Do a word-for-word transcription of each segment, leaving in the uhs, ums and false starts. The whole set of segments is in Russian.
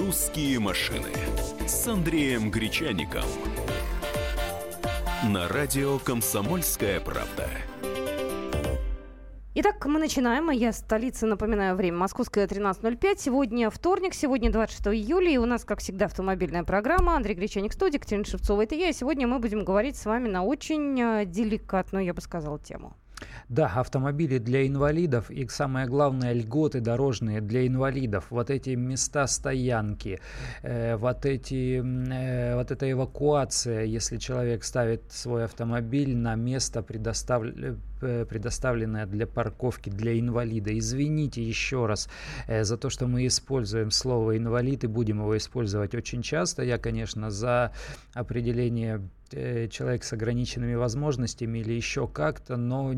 «Русские машины» с Андреем Гречаником на радио «Комсомольская правда». Итак, мы начинаем. Я столица, напоминаю, время московское тринадцать ноль пять. Сегодня вторник, сегодня двадцать шестого июля, и у нас, как всегда, автомобильная программа. Андрей Гречаник в студии, Екатерина Шевцова, это я. И сегодня мы будем говорить с вами на очень деликатную, я бы сказала, тему. Да, автомобили для инвалидов и, самое главное, льготы дорожные для инвалидов. Вот эти места стоянки, э, вот, эти, э, вот эта эвакуация, если человек ставит свой автомобиль на место, предостав... э, предоставленное для парковки для инвалида. Извините еще раз э, за то, что мы используем слово «инвалид» и будем его использовать очень часто. Я, конечно, за определение человек с ограниченными возможностями или еще как-то, но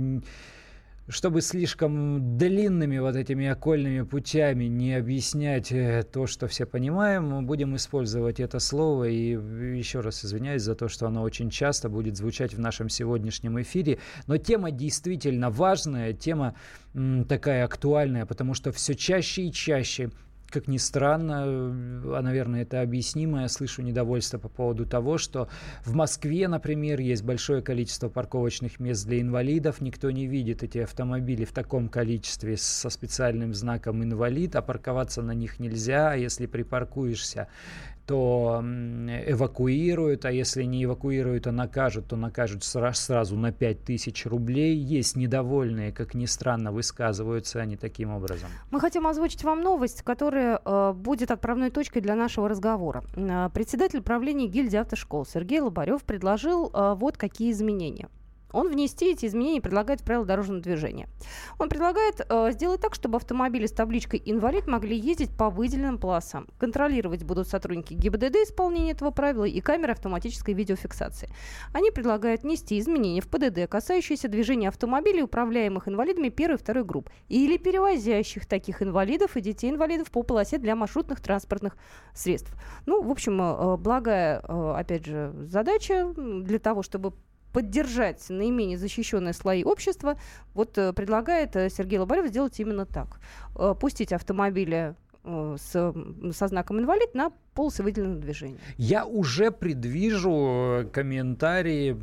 чтобы слишком длинными вот этими окольными путями не объяснять то, что все понимаем, мы будем использовать это слово. И еще раз извиняюсь за то, что оно очень часто будет звучать в нашем сегодняшнем эфире. Но тема действительно важная, тема м, такая актуальная, потому что все чаще и чаще, как ни странно, а, наверное, это объяснимо, я слышу недовольство по поводу того, что в Москве, например, есть большое количество парковочных мест для инвалидов, никто не видит эти автомобили в таком количестве со специальным знаком «инвалид», а парковаться на них нельзя, а если припаркуешься, то эвакуируют, а если не эвакуируют, а накажут, то накажут сразу на пять тысяч рублей. Есть недовольные, как ни странно, высказываются они таким образом. Мы хотим озвучить вам новость, которая э, будет отправной точкой для нашего разговора. Э, председатель правления гильдии автошкол Сергей Лобарев предложил э, вот какие изменения. Он внести эти изменения предлагает в правила дорожного движения. Он предлагает э, сделать так, чтобы автомобили с табличкой «инвалид» могли ездить по выделенным полосам. Контролировать будут сотрудники ГИБДД исполнение этого правила и камеры автоматической видеофиксации. Они предлагают внести изменения в ПДД, касающиеся движения автомобилей, управляемых инвалидами первой и второй групп, или перевозящих таких инвалидов и детей-инвалидов по полосе для маршрутных транспортных средств. Ну, в общем, э, благая, э, опять же, задача для того, чтобы поддержать наименее защищенные слои общества, вот э, предлагает э, Сергей Лобарев сделать именно так. Э, пустить автомобили э, с, со знаком «инвалид» на полосы выделенного движения. Я уже предвижу комментарии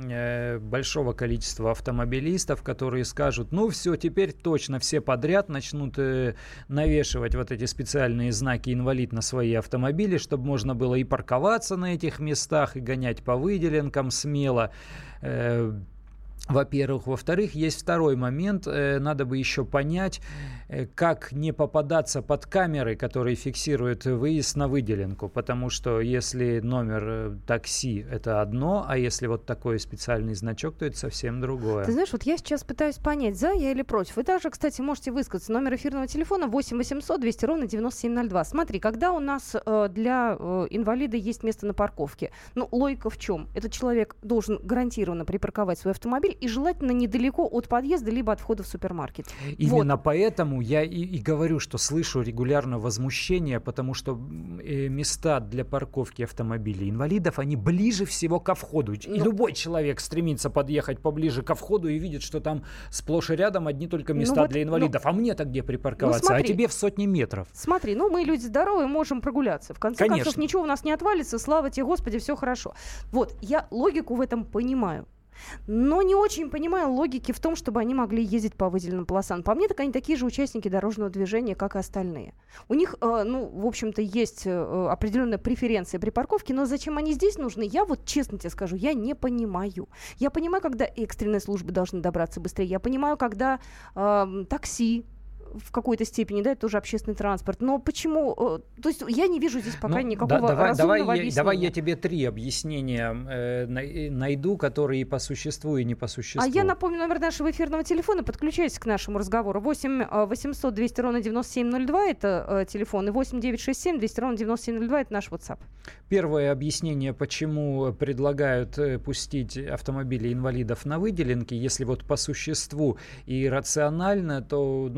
э, большого количества автомобилистов, которые скажут: ну все, теперь точно все подряд начнут э, навешивать вот эти специальные знаки «инвалид» на свои автомобили, чтобы можно было и парковаться на этих местах, и гонять по выделенкам смело. Э, Во-первых. Во-вторых, есть второй момент. Надо бы еще понять, как не попадаться под камеры, которые фиксируют выезд на выделенку. Потому что если номер такси – это одно, а если вот такой специальный значок, то это совсем другое. Ты знаешь, вот я сейчас пытаюсь понять, за я или против. Вы также, кстати, можете высказаться. Номер эфирного телефона восемь восемьсот двести ровно девяносто семь ноль два. Смотри, когда у нас э, для э, инвалида есть место на парковке, ну, логика в чем? Этот человек должен гарантированно припарковать свой автомобиль и желательно недалеко от подъезда либо от входа в супермаркет. Именно вот. Поэтому я и, и говорю, что слышу регулярно возмущение, потому что э, места для парковки автомобилей инвалидов, они ближе всего ко входу. И ну, любой человек стремится подъехать поближе ко входу и видит, что там сплошь и рядом одни только места ну, вот, для инвалидов. Ну, а мне-то где припарковаться? Ну, смотри, а тебе в сотни метров. Смотри, ну мы люди здоровые, можем прогуляться. В конце Конечно. концов, ничего у нас не отвалится, слава тебе, Господи, все хорошо. Вот, я логику в этом понимаю. Но не очень понимаю логики в том, чтобы они могли ездить по выделенным полосам. По мне, так они такие же участники дорожного движения, как и остальные. У них, э, ну, в общем-то, есть э, определенная преференция при парковке, но зачем они здесь нужны, я вот честно тебе скажу, я не понимаю. Я понимаю, когда экстренные службы должны добраться быстрее. Я понимаю, когда э, такси в какой-то степени, да, это тоже общественный транспорт. Но почему? То есть я не вижу здесь пока ну, никакого да, давай, разумного давай объяснения. Я, давай я тебе три объяснения э, найду, которые по существу и не по существу. А я напомню номер нашего эфирного телефона. Подключайтесь к нашему разговору. восемь восемьсот двести ровно девяносто семь ноль два это э, телефон. И восемь девятьсот шестьдесят семь двести ровно девяносто семь ноль два это наш WhatsApp. Первое объяснение, почему предлагают пустить автомобили инвалидов на выделенки, если вот по существу и рационально, то, ну, коль скоро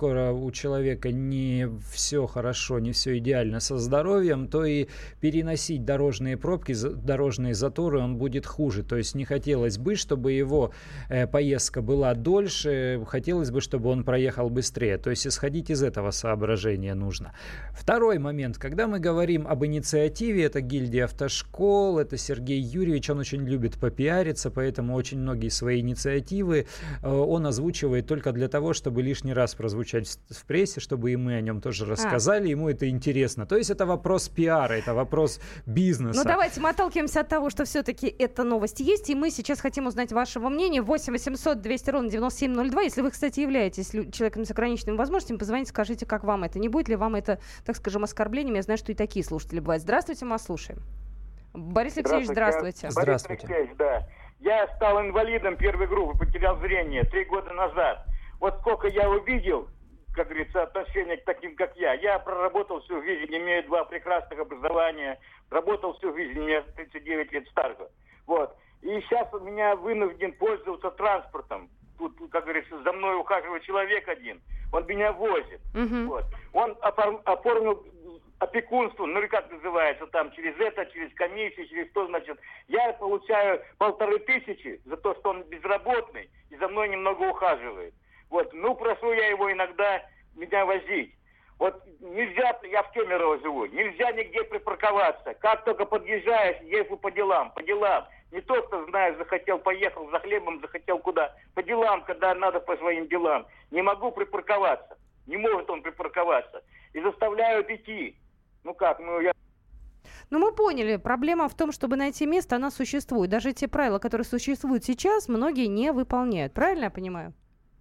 скоро у человека не все хорошо, не все идеально со здоровьем, то и переносить дорожные пробки, дорожные заторы он будет хуже. То есть не хотелось бы, чтобы его э, поездка была дольше, хотелось бы, чтобы он проехал быстрее. То есть исходить из этого соображения нужно. Второй момент. Когда мы говорим об инициативе, это гильдия автошкол, это Сергей Юрьевич, он очень любит попиариться, поэтому очень многие свои инициативы э, он озвучивает только для того, чтобы лишний раз прозвучать в, в прессе, чтобы и мы о нем тоже рассказали, а. ему это интересно. То есть это вопрос пиара, это вопрос бизнеса. Ну давайте мы отталкиваемся от того, что все-таки эта новость есть, и мы сейчас хотим узнать вашего мнения. восемь восемьсот двести ровно девяносто семь ноль два. Если вы, кстати, являетесь человеком с ограниченными возможностями, позвоните, скажите, как вам это. Не будет ли вам это, так скажем, оскорблением? Я знаю, что и такие слушатели бывают. Здравствуйте, мы вас слушаем. Борис Алексеевич, здравствуйте. Здравствуйте. Борис Алексеевич, да. Я стал инвалидом первой группы, потерял зрение три года назад. Вот сколько я увидел, как говорится, отношение к таким, как я. Я проработал всю жизнь, имею два прекрасных образования, работал всю жизнь, мне тридцать девять лет старше. Вот. И сейчас у меня вынужден пользоваться транспортом. Тут, как говорится, за мной ухаживает человек один. Он меня возит. Uh-huh. Вот. Он оформ, оформил опекунство, ну или как называется, там, через это, через комиссию, через то, значит. Я получаю полторы тысячи за то, что он безработный и за мной немного ухаживает. Вот. Ну, прошу я его иногда меня возить. Вот нельзя, я в Кемерово живу, нельзя нигде припарковаться. Как только подъезжаешь, езжу по делам, по делам. Не то, что, знаешь, захотел, поехал за хлебом, захотел куда. По делам, когда надо по своим делам. Не могу припарковаться. Не может он припарковаться. И заставляют идти. Ну как, ну я... Ну, мы поняли. Проблема в том, чтобы найти место, она существует. Даже те правила, которые существуют сейчас, многие не выполняют. Правильно я понимаю?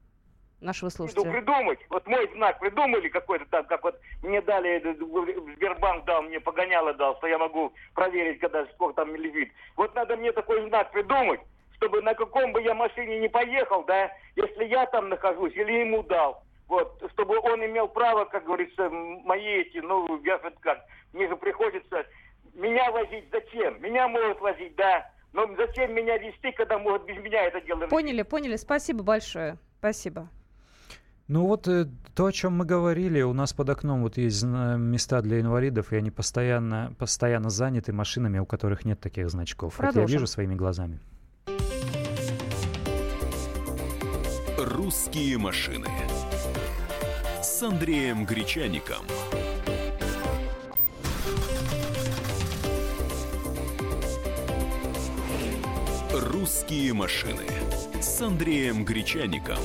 Нашего слушателя. Ну, придумать. Вот мой знак придумали какой-то там, как вот мне дали, Сбербанк дал, мне погоняло дал, что я могу проверить, когда сколько там лежит. Вот надо мне такой знак придумать, чтобы на каком бы я машине не поехал, да, если я там нахожусь или ему дал. Вот, чтобы он имел право, как говорится, мои эти, ну, я вот как, мне же приходится меня возить, зачем? Меня могут возить, да, но зачем меня везти, когда могут без меня это делать? Поняли, поняли, спасибо большое, спасибо. Ну вот то, о чем мы говорили, у нас под окном вот есть места для инвалидов, и они постоянно, постоянно заняты машинами, у которых нет таких значков. Продолжим. Это я вижу своими глазами. «Русские машины» с Андреем Гречаником. «Русские машины» с Андреем Гречаником.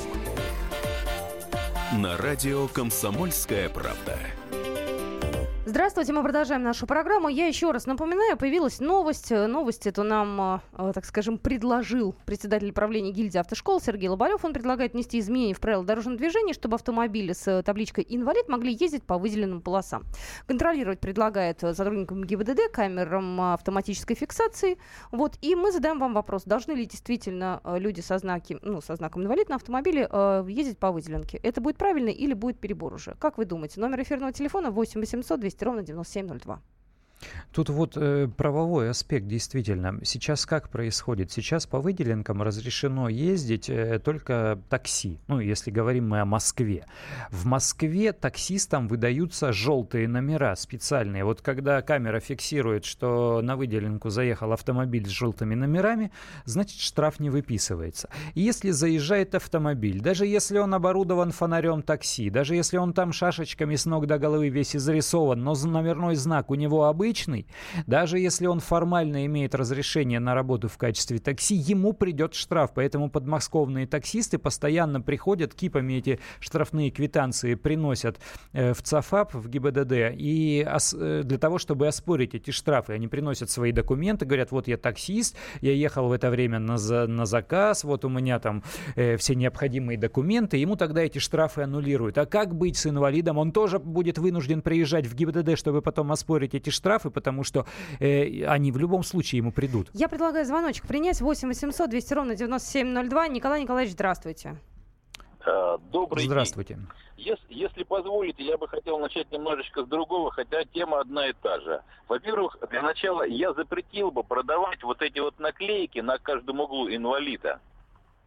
На радио «Комсомольская правда». Здравствуйте, мы продолжаем нашу программу. Я еще раз напоминаю, появилась новость. Новость эту нам, так скажем, предложил председатель правления гильдии автошкол Сергей Лобарев. Он предлагает внести изменения в правила дорожного движения, чтобы автомобили с табличкой «Инвалид» могли ездить по выделенным полосам. Контролировать предлагает сотрудникам ГИБДД, камерам автоматической фиксации. Вот. И мы задаем вам вопрос, должны ли действительно люди со, знаки, ну, со знаком «Инвалид» на автомобиле ездить по выделенке. Это будет правильно или будет перебор уже? Как вы думаете? Номер эфирного телефона восемь восемьсот двести ровно девяносто семь ноль два. Тут вот э, правовой аспект действительно. Сейчас как происходит? Сейчас по выделенкам разрешено ездить э, только такси. Ну, если говорим мы о Москве. В Москве таксистам выдаются желтые номера специальные. Вот когда камера фиксирует, что на выделенку заехал автомобиль с желтыми номерами, значит штраф не выписывается. И если заезжает автомобиль, даже если он оборудован фонарем такси, даже если он там шашечками с ног до головы весь изрисован, но номерной знак у него обычный, даже если он формально имеет разрешение на работу в качестве такси, ему придет штраф. Поэтому подмосковные таксисты постоянно приходят, кипами эти штрафные квитанции приносят э, в ЦАФАП, в ГИБДД, и ос, э, для того, чтобы оспорить эти штрафы. Они приносят свои документы, говорят, вот я таксист, я ехал в это время на, за, на заказ, вот у меня там э, все необходимые документы, ему тогда эти штрафы аннулируют. А как быть с инвалидом? Он тоже будет вынужден приезжать в ГИБДД, чтобы потом оспорить эти штрафы, потому что э, они в любом случае ему придут. Я предлагаю звоночек принять. восемь восемьсот двести ровно девяносто семь ноль два. Николай Николаевич, здравствуйте. Добрый Здравствуйте. день. Если, если позволите, я бы хотел начать немножечко с другого, хотя тема одна и та же. Во-первых, для начала я запретил бы продавать вот эти вот наклейки на каждом углу инвалида.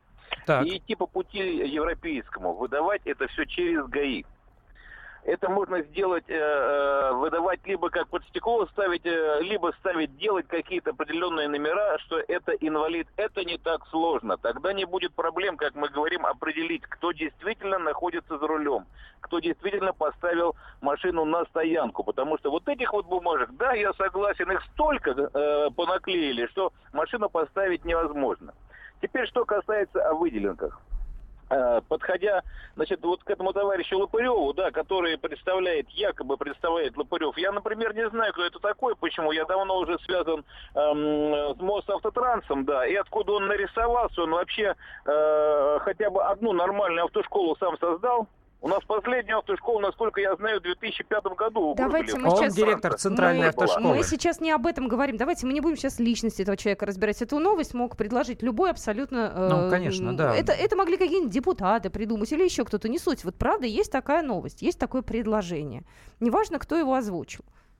Так. и идти по пути европейскому, выдавать это все через ГАИ. Это можно сделать, э, выдавать либо как под стекло ставить, э, либо ставить, делать какие-то определенные номера, что это инвалид. Это не так сложно. Тогда не будет проблем, как мы говорим, определить, кто действительно находится за рулем, кто действительно поставил машину на стоянку. Потому что вот этих вот бумажек, да, я согласен, их столько э, понаклеили, что машину поставить невозможно. Теперь, что касается о выделенках. Подходя, значит, вот к этому товарищу Лопыреву, да, который представляет, якобы представляет Лопырев. Я, например, не знаю, кто это такой, почему. Я давно уже связан эм, с Мосавтотрансом, да, и откуда он нарисовался, он вообще э, хотя бы одну нормальную автошколу сам создал. У нас последняя автошкола, насколько я знаю, в две тысячи пятом году. Давайте мы Он сейчас... директор центральной мы, автошколы. Мы сейчас не об этом говорим. Давайте мы не будем сейчас личности этого человека разбирать. Эту новость мог предложить любой абсолютно... Э, ну, конечно, да. Это, это могли какие-нибудь депутаты придумать или еще кто-то. Не суть. Вот правда, есть такая новость, есть такое предложение. Неважно, кто его озвучил.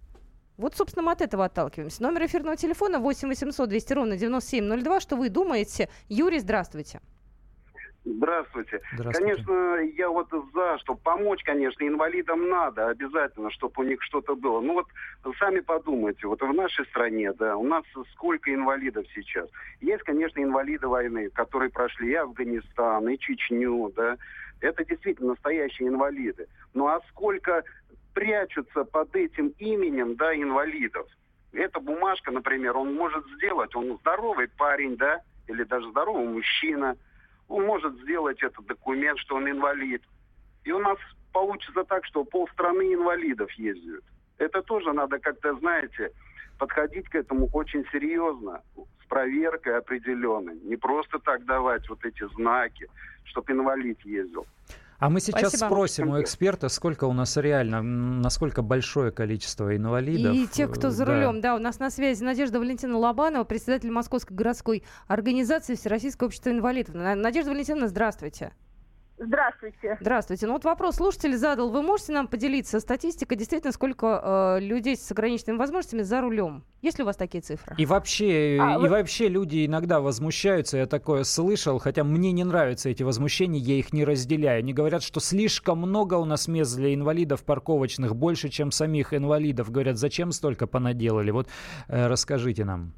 Вот, собственно, мы от этого отталкиваемся. Номер эфирного телефона восемь восемьсот двести ровно девяносто семь ноль два. Что вы думаете? Юрий, здравствуйте. Здравствуйте. Здравствуйте. Конечно, я вот за, чтобы помочь, конечно, инвалидам надо обязательно, чтобы у них что-то было. Ну вот сами подумайте, вот в нашей стране, да, у нас сколько инвалидов сейчас. Есть, конечно, инвалиды войны, которые прошли и Афганистан, и Чечню, да. Это действительно настоящие инвалиды. Ну а сколько прячутся под этим именем, да, инвалидов. Эта бумажка, например, он может сделать, он здоровый парень, да, или даже здоровый мужчина. Он может сделать этот документ, что он инвалид. И у нас получится так, что полстраны инвалидов ездят. Это тоже надо как-то, знаете, подходить к этому очень серьезно, с проверкой определенной. Не просто так давать вот эти знаки, чтобы инвалид ездил. А мы сейчас Спасибо. спросим у эксперта, сколько у нас реально, насколько большое количество инвалидов. И тех, кто за да. рулем. Да, у нас на связи Надежда Валентиновна Лобанова, председатель Московской городской организации Всероссийского общества инвалидов. Надежда Валентиновна, здравствуйте. Здравствуйте. Здравствуйте. Ну вот вопрос слушатель задал. Вы можете нам поделиться статистикой, действительно, сколько э, людей с ограниченными возможностями за рулем? Есть ли у вас такие цифры? И вообще, А, и вы... вообще люди иногда возмущаются, я такое слышал, хотя мне не нравятся эти возмущения, я их не разделяю. Они говорят, что слишком много у нас мест для инвалидов парковочных, больше, чем самих инвалидов. Говорят, зачем столько понаделали? Вот э, расскажите нам.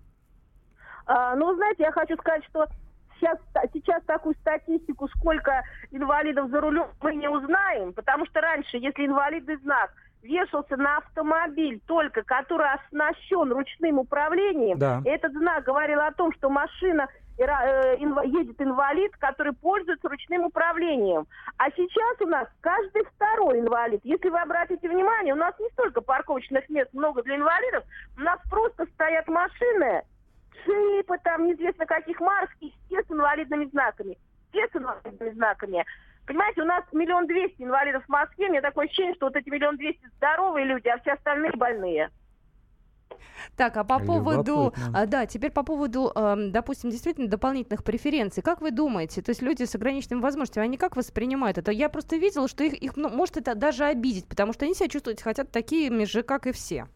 А, ну, знаете, я хочу сказать, что Сейчас, сейчас такую статистику, сколько инвалидов за рулем, мы не узнаем, потому что раньше, если инвалидный знак вешался на автомобиль только, который оснащен ручным управлением, да. Этот знак говорил о том, что машина э, инв, едет инвалид, который пользуется ручным управлением. А сейчас у нас каждый второй инвалид. Если вы обратите внимание, у нас не столько парковочных мест много для инвалидов, у нас просто стоят машины, джипы, там неизвестно каких марок, и все с инвалидными знаками. Все с инвалидными знаками. Понимаете, у нас миллион двести инвалидов в Москве. У меня такое ощущение, что вот эти миллион двести здоровые люди, а все остальные больные. Так, а по поводу, Любопытно. а, да, теперь по поводу, э, допустим, действительно дополнительных преференций. Как вы думаете, то есть люди с ограниченными возможностями, они как воспринимают это? Я просто видела, что их, их ну, может это даже обидеть, потому что они себя чувствовать хотят такими же, как и все.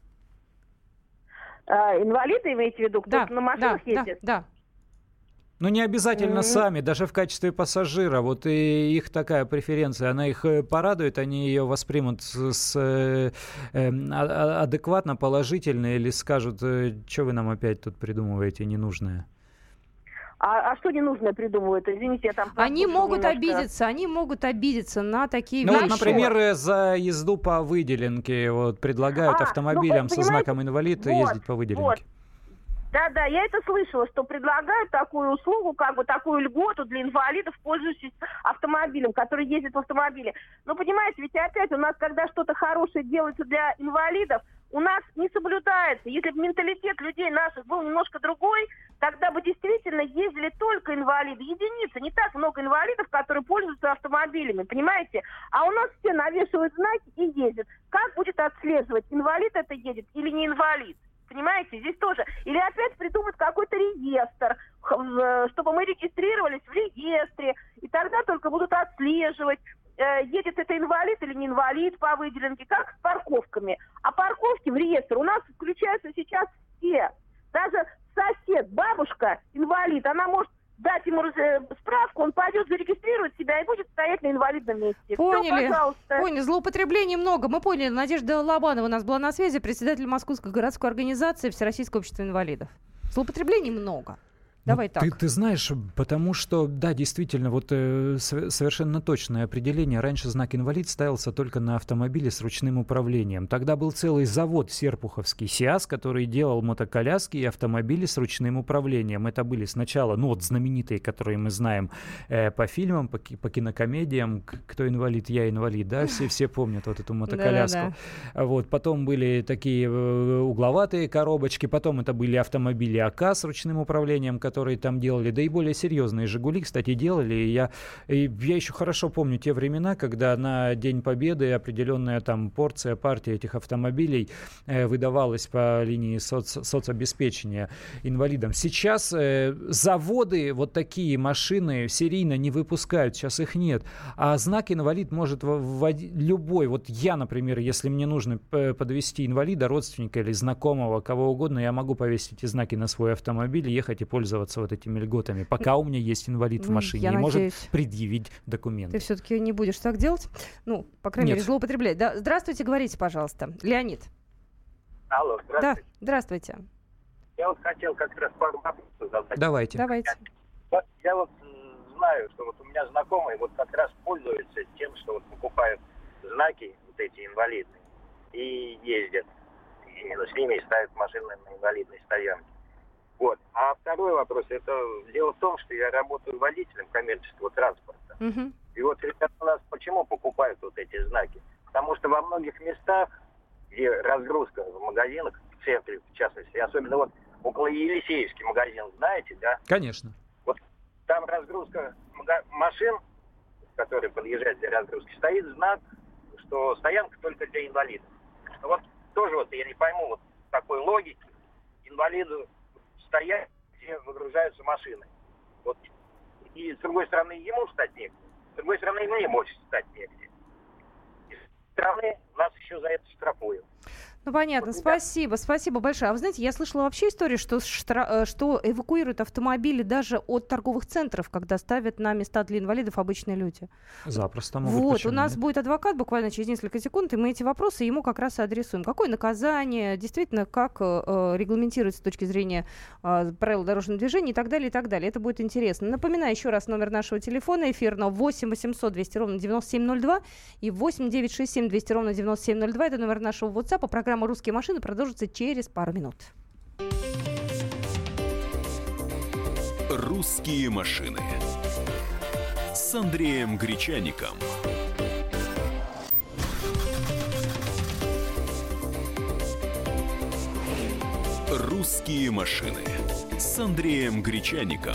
А, инвалиды, имеете в виду, кто Да, на машинах да, ездит? да, да. Ну, не обязательно Mm-hmm. сами, даже в качестве пассажира. Вот и их такая преференция, она их порадует, они ее воспримут с, с, э, э, адекватно, положительно, или скажут, э, что вы нам опять тут придумываете ненужное? А, а что ненужное придумывают? Извините, я там... Они могут немножко... обидеться, они могут обидеться на такие Ну, вещи. вот, например, э, за езду по выделенке вот, предлагают А, автомобилям ну, со понимаете, знаком инвалид вот, ездить по выделенке. Вот. Да-да, я это слышала, что предлагают такую услугу, как бы такую льготу для инвалидов, пользующихся автомобилем, который ездит в автомобиле. Но понимаете, ведь опять у нас, когда что-то хорошее делается для инвалидов, у нас не соблюдается. Если бы менталитет людей наших был немножко другой, тогда бы действительно ездили только инвалиды. Единицы, не так много инвалидов, которые пользуются автомобилями, понимаете? А у нас все навешивают знаки и ездят. Как будет отслеживать, инвалид это едет или не инвалид? Понимаете, здесь тоже. Или опять придумать какой-то реестр, чтобы мы регистрировались в реестре, и тогда только будут отслеживать, едет это инвалид или не инвалид по выделенке, как с парковками. А парковки в реестр у нас включаются сейчас все. Даже сосед, бабушка, инвалид, она может дать ему э, справку, он пойдет, зарегистрирует себя и будет стоять на инвалидном месте. Поняли. Все, пожалуйста. Поняли. Злоупотреблений много. Мы поняли. Надежда Лобанова у нас была на связи, председатель Московской городской организации Всероссийского общества инвалидов. Злоупотреблений много. Давай ну, так. Ты, ты знаешь, потому что, да, действительно, вот э, совершенно точное определение. Раньше знак «инвалид» ставился только на автомобиле с ручным управлением. Тогда был целый завод серпуховский СИАС, который делал мотоколяски и автомобили с ручным управлением. Это были сначала, ну вот знаменитые, которые мы знаем э, по фильмам, по, по кинокомедиям. Кто инвалид, я инвалид, да, все, все помнят вот эту мотоколяску. Вот, потом были такие э, угловатые коробочки, потом это были автомобили АК с ручным управлением, которые там делали, да и более серьезные «Жигули», кстати, делали. И я, и я еще хорошо помню те времена, когда на День Победы определенная там порция, партия этих автомобилей э, выдавалась по линии соц, соцобеспечения инвалидам. Сейчас э, заводы вот такие машины серийно не выпускают, сейчас их нет. А знак «инвалид» может вводить любой. Вот я, например, если мне нужно подвезти инвалида, родственника или знакомого, кого угодно, я могу повесить эти знаки на свой автомобиль и ехать и пользоваться вот этими льготами, пока у меня есть инвалид в машине, я и надеюсь, может предъявить документы. Ты все-таки не будешь так делать? Ну, по крайней Нет. мере, злоупотреблять. Да, здравствуйте, говорите, пожалуйста. Леонид. Алло, здравствуйте. Да, здравствуйте. Я вот хотел как раз пару вопросов задать. Давайте. Давайте. Я, я вот знаю, что вот у меня знакомые вот как раз пользуются тем, что вот покупают знаки, вот эти инвалидные, и ездят. И ну, с ними ставят машины на инвалидной стоянке. Вот. А второй вопрос, это дело в том, что я работаю водителем коммерческого транспорта. Угу. И вот ребята у нас почему покупают вот эти знаки? Потому что во многих местах, где разгрузка в магазинах, в центре в частности, особенно вот около Елисеевский магазин, знаете, да? Конечно. Вот там разгрузка мага- машин, которые подъезжают для разгрузки, стоит знак, что стоянка только для инвалидов. Но вот тоже вот я не пойму вот такой логики. Инвалиду стоять, где выгружаются машины. Вот. И с другой стороны, ему встать негде. С другой стороны, мне больше встать негде. И с стороны, нас еще за это штрафуют. Ну, понятно. Вот, спасибо. Спасибо большое. А вы знаете, я слышала вообще историю, что, штра... что эвакуируют автомобили даже от торговых центров, когда ставят на места для инвалидов обычные люди. Запросто могут. Вот, у нас нет? будет адвокат буквально через несколько секунд, и мы эти вопросы ему как раз и адресуем. Какое наказание, действительно, как э, регламентируется с точки зрения э, правил дорожного движения и так далее, и так далее. Это будет интересно. Напоминаю еще раз номер нашего телефона эфирного восемь восемьсот двести ровно девяносто семь ноль два и восемь девятьсот шестьдесят семь двести ровно девяносто семь ноль два. Это номер нашего WhatsApp. Программа «Русские машины» продолжится через пару минут. «Русские машины» с Андреем Гречаником. «Русские машины» с Андреем Гречаником.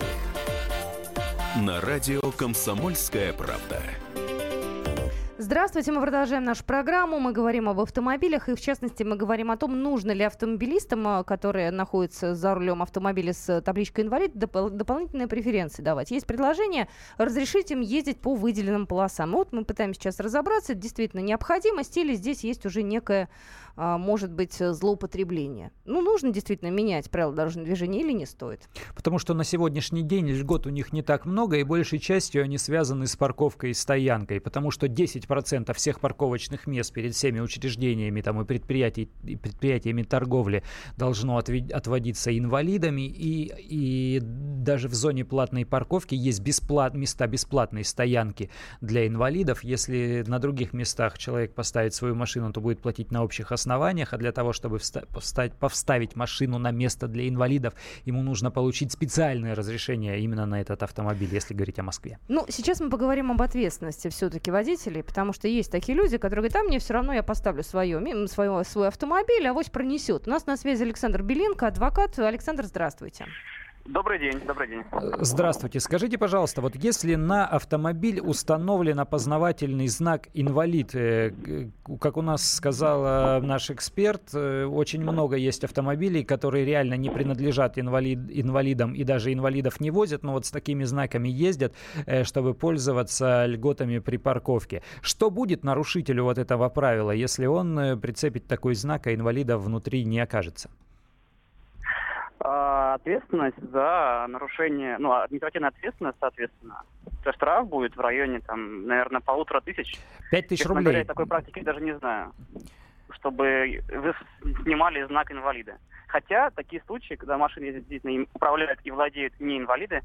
На радио «Комсомольская правда». Здравствуйте, мы продолжаем нашу программу. Мы говорим об автомобилях, и в частности мы говорим о том, нужно ли автомобилистам, которые находятся за рулем автомобиля с табличкой «инвалид», доп- дополнительные преференции давать. Есть предложение разрешить им ездить по выделенным полосам. Вот мы пытаемся сейчас разобраться, действительно необходимость или здесь есть уже некое, может быть, злоупотребление. Ну, нужно действительно менять правила дорожного движения или не стоит? Потому что на сегодняшний день льгот у них не так много, и большей частью они связаны с парковкой и стоянкой, потому что десять процентов всех парковочных мест перед всеми учреждениями там, и, предприятий, и предприятиями торговли должно отвед- отводиться инвалидами, и, и даже в зоне платной парковки есть бесплат- места бесплатной стоянки для инвалидов. Если на других местах человек поставит свою машину, то будет платить на общих основаниях, а для того, чтобы вста- повстать, повставить машину на место для инвалидов, ему нужно получить специальное разрешение именно на этот автомобиль, если говорить о Москве. Ну, сейчас мы поговорим об ответственности все-таки водителей, потому что есть такие люди, которые говорят, а мне все равно, я поставлю свое, свое, свой автомобиль, авось пронесет. У нас на связи Александр Беленко, адвокат. Александр, здравствуйте. Добрый день, добрый день. Здравствуйте. Скажите, пожалуйста, вот если на автомобиль установлен опознавательный знак «инвалид», как у нас сказал наш эксперт, очень много есть автомобилей, которые реально не принадлежат инвалид, инвалидам и даже инвалидов не возят, но вот с такими знаками ездят, чтобы пользоваться льготами при парковке. Что будет нарушителю вот этого правила, если он прицепит такой знак, а инвалида внутри не окажется? А, ответственность за нарушение, ну, административная ответственность, соответственно, то штраф будет в районе, там, наверное, полутора тысяч. Пять тысяч Честно рублей. говоря, я такой практики даже не знаю, чтобы вы снимали знак инвалида. Хотя такие случаи, когда машины ездят, действительно им управляют и владеют не инвалиды.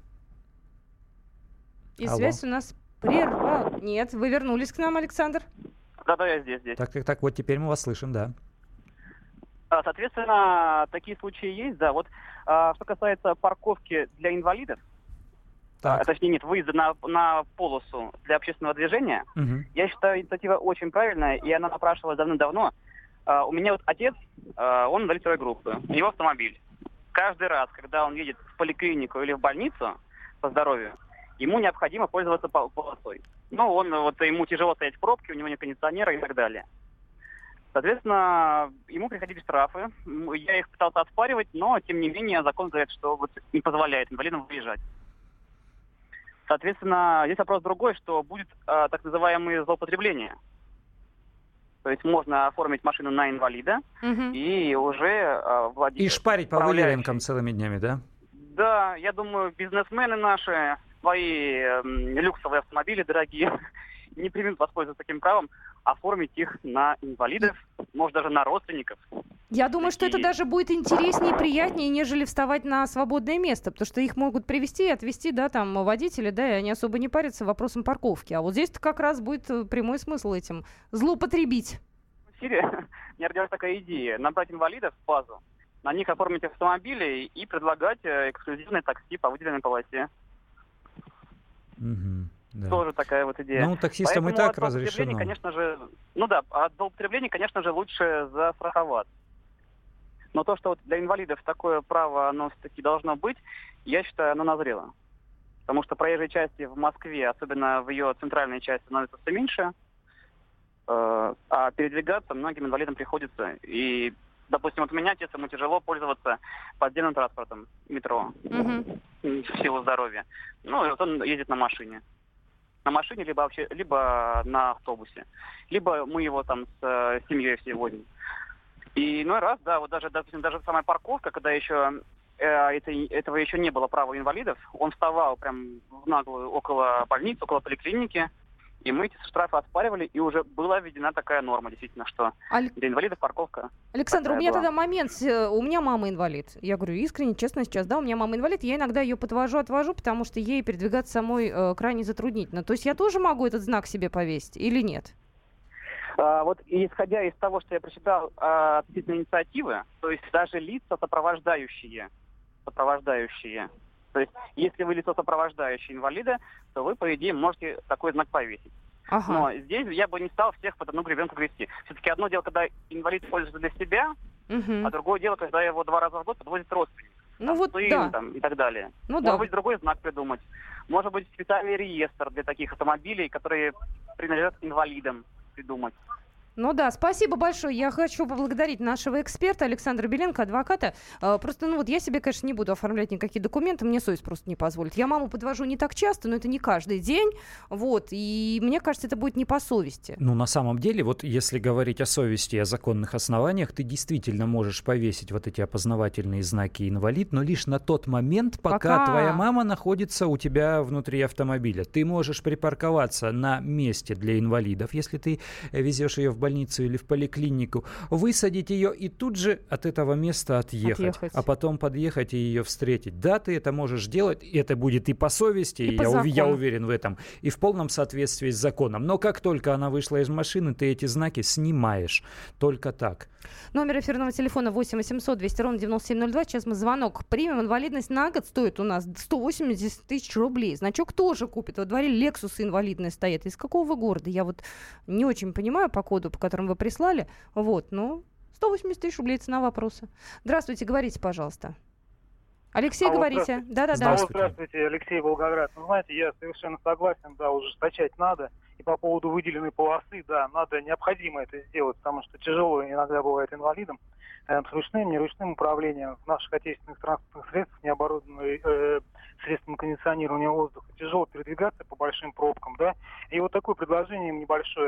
И Алло. связь у нас прервала. Нет, вы вернулись к нам, Александр? Да-да, я здесь, здесь. Так, так, так, вот теперь мы вас слышим, да. А, Соответственно, такие случаи есть, да. Вот а, что касается парковки для инвалидов, Так. а, точнее нет, выезда на, на полосу для общественного движения, Мгм. я считаю, инициатива очень правильная, и она напрашивалась давно-давно. А, у меня вот отец, а, он инвалид второй группы, у него автомобиль. Каждый раз, когда он едет в поликлинику или в больницу по здоровью, ему необходимо пользоваться пол- полосой. Ну, он, вот, ему тяжело стоять в пробке, у него нет кондиционера и так далее. Соответственно, ему приходили штрафы. М, Я их пытался оспаривать, но, тем не менее, закон говорит, что вот не позволяет инвалидам выезжать. Соответственно, здесь вопрос другой, что будет а, так называемые злоупотребления. То есть можно оформить машину на инвалида Мгм. и уже а, владеть... И шпарить по управляющий. выделенкам целыми днями, да? Да, я думаю, бизнесмены наши, свои эм, люксовые автомобили дорогие, не примут воспользоваться таким правом, оформить их на инвалидов, может, даже на родственников. Я думаю, что это Такие- даже будет интереснее и приятнее, нежели вставать на свободное место, потому что их могут привезти и отвезти, да, там, водители, да, и они особо не парятся вопросом парковки. А вот здесь-то как раз будет э, прямой смысл этим злоупотребить. В Сирии у меня родилась такая идея, набрать инвалидов в базу, на них оформить автомобили и предлагать э, эксклюзивное такси по выделенной полосе. Мгм. Да. Тоже такая вот идея. Ну, таксистам и Поэтому так от злоупотребления, разрешено. конечно же, ну да, от злоупотребления, конечно же, лучше застраховаться. Но то, что вот для инвалидов такое право, оно все-таки должно быть, я считаю, оно назрело. Потому что проезжей части в Москве, особенно в ее центральной части, становится все меньше, э, а передвигаться многим инвалидам приходится. И, допустим, вот у меня, отец, ему тяжело пользоваться подземным транспортом, метро, Мгм. в силу здоровья. Ну, и вот он ездит на машине. На машине, либо вообще, либо на автобусе. Либо мы его там с э, семьей все возим. И ну раз, да, вот даже, допустим, даже самая парковка, когда еще э, это, этого еще не было права у инвалидов, он вставал прям в наглую около больницы, около поликлиники, и мы эти штрафы оспаривали, и уже была введена такая норма, действительно, что Аль- для инвалидов парковка. Александр, у такая меня была. тогда момент, э, у меня мама инвалид. Я говорю искренне, честно сейчас, да, у меня мама инвалид, я иногда ее подвожу, отвожу, потому что ей передвигаться самой э, крайне затруднительно. То есть я тоже могу этот знак себе повесить или нет? А, вот и исходя из того, что я прочитал а, относительно инициативы, то есть даже лица сопровождающие, сопровождающие, то есть если вы лицо сопровождающее инвалида, то вы, по идее, можете такой знак повесить. Ага. Но здесь я бы не стал всех под одну гребенку грести. Все-таки одно дело, когда инвалид пользуется для себя, Мгм. а другое дело, когда его два раза в год подвозит родственник. Ну там, вот, сын, да. там, и так далее. Ну Может да. быть, другой знак придумать. Может быть, специальный реестр для таких автомобилей, которые принадлежат инвалидам, придумать. Ну да, спасибо большое. Я хочу поблагодарить нашего эксперта Александра Беленко, адвоката. А, Просто, ну вот я себе, конечно, не буду оформлять никакие документы, мне совесть просто не позволит. Я маму подвожу не так часто, но это не каждый день, вот, и мне кажется, это будет не по совести. Ну, на самом деле, вот если говорить о совести и о законных основаниях, ты действительно можешь повесить вот эти опознавательные знаки инвалид, но лишь на тот момент, пока, Пока. твоя мама находится у тебя внутри автомобиля. Ты можешь припарковаться на месте для инвалидов, если ты э, везешь ее в больницу или в поликлинику, высадить ее и тут же от этого места отъехать, Отъехать. а потом подъехать и ее встретить. Да, ты это можешь делать, и это будет и по совести, И и по я, ув- я закону. уверен в этом, и в полном соответствии с законом. Но как только она вышла из машины, ты эти знаки снимаешь. Только так. Номер эфирного телефона восемь восемьсот двести ровно девяносто семь ноль два. Сейчас мы звонок примем. Инвалидность на год стоит у нас сто восемьдесят тысяч рублей. Значок тоже купит. Во дворе Лексусы инвалидные стоят. Из какого вы города? Я вот не очень понимаю по коду, по которому вы прислали. Вот, но сто восемьдесят тысяч рублей цена вопроса. Здравствуйте, говорите, пожалуйста. Алексей, Алло, говорите. здравствуйте. Да-да-да. Алло, Здравствуйте. здравствуйте, Алексей, Волгоград. Ну, знаете, я совершенно согласен, да, ужесточать надо. И по поводу выделенной полосы, да, надо, необходимо это сделать, потому что тяжело иногда бывает инвалидам э, с ручным, неручным управлением в наших отечественных транспортных средствах, не оборудованных э, средством кондиционирования воздуха. Тяжело передвигаться по большим пробкам, да. И вот такое предложение им небольшое.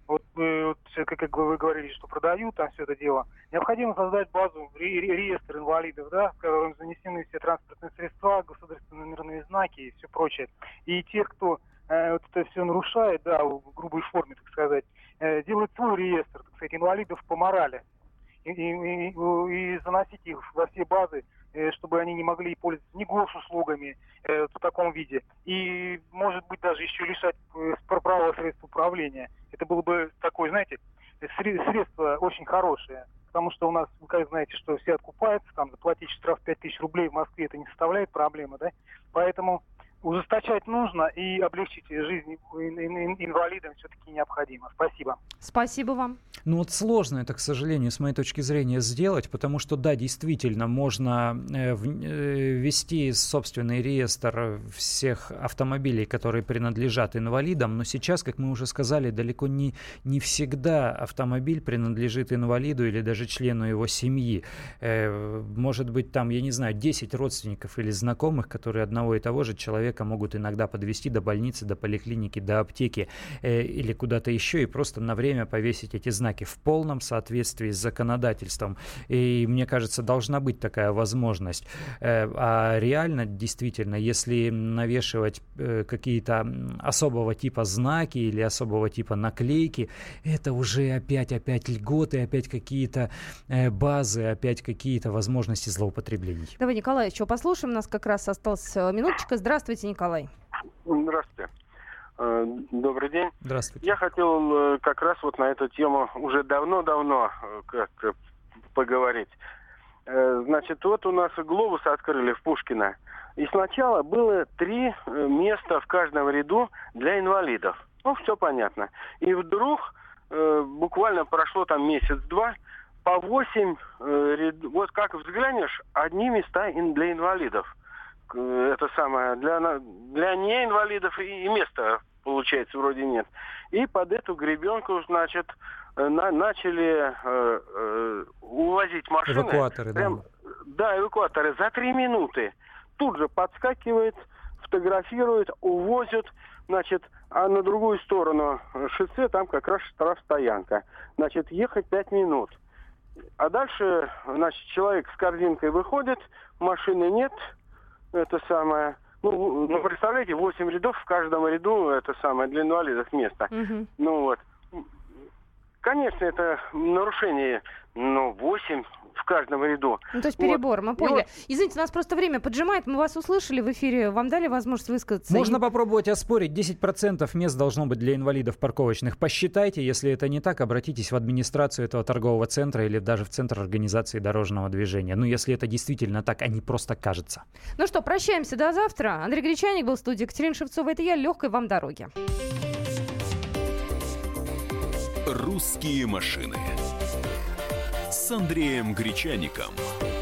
вот, вот как, как вы говорили, что продают там все это дело, необходимо создать базу, ре, ре, реестр инвалидов, да, в котором занесены все транспортные средства, государственные номерные знаки и все прочее. И те, кто э, вот это все нарушает, да, в грубой форме, так сказать, э, делают свой реестр, так сказать, инвалидов по морали. И, и, и, и заносить их во все базы, э, чтобы они не могли пользоваться ни госуслугами э, в таком виде. И, может быть, даже еще лишать э, права средств управления. Это было бы такое, знаете, средство очень хорошее. Потому что у нас, вы как знаете, что все откупаются, там заплатить штраф пять тысяч рублей в Москве, это не составляет проблемы, да? Поэтому ужесточать нужно и облегчить жизнь инвалидам все-таки необходимо. Спасибо. Спасибо вам. Ну вот сложно это, к сожалению, с моей точки зрения сделать, потому что, да, действительно, можно э, в, э, ввести собственный реестр всех автомобилей, которые принадлежат инвалидам, но сейчас, как мы уже сказали, далеко не, не всегда автомобиль принадлежит инвалиду или даже члену его семьи. Э, может быть, там, я не знаю, десять родственников или знакомых, которые одного и того же человека могут иногда подвести до больницы, до поликлиники, до аптеки э, или куда-то еще и просто на время повесить эти знаки в полном соответствии с законодательством. И мне кажется, должна быть такая возможность. Э, а реально, действительно, если навешивать э, какие-то особого типа знаки или особого типа наклейки, это уже опять-опять льготы, опять какие-то э, базы, опять какие-то возможности злоупотреблений. Давай, Николай, еще послушаем. У нас как раз осталась минуточка. Здравствуйте, Николай. Здравствуйте. Добрый день. Здравствуйте. Я хотел как раз вот на эту тему уже давно-давно как поговорить. Значит, вот у нас глобус открыли в Пушкино. И сначала было три места в каждом ряду для инвалидов. Ну, все понятно. И вдруг, буквально прошло там месяц-два, по восемь рядов, вот как взглянешь, одни места для инвалидов. Это самое, для, для неинвалидов и, и места, получается, вроде нет. И под эту гребенку, значит, на, начали э, э, увозить машины. Эвакуаторы, прям, да. Да, эвакуаторы за три минуты. Тут же подскакивает, фотографирует, увозят, значит, а на другую сторону шоссе там как раз штрафстоянка. Значит, ехать пять минут. А дальше, значит, человек с корзинкой выходит, машины нет. Это самое, ну, ну, представляете, восемь рядов, в каждом ряду это самое для инвалидов место. Угу. Ну вот. Конечно, это нарушение, ну, восемь в каждом ряду. Ну, то есть перебор, вот. мы поняли. Вот. Извините, нас просто время поджимает, мы вас услышали в эфире, вам дали возможность высказаться. Можно и... попробовать оспорить. десять процентов мест должно быть для инвалидов парковочных. Посчитайте, если это не так, обратитесь в администрацию этого торгового центра или даже в Центр организации дорожного движения. Ну, если это действительно так, а не просто кажется. Ну что, прощаемся до завтра. Андрей Гречаник был в студии, Екатерина Шевцова. Это я. Легкой вам дороги. «Русские машины» с Андреем Гречаником.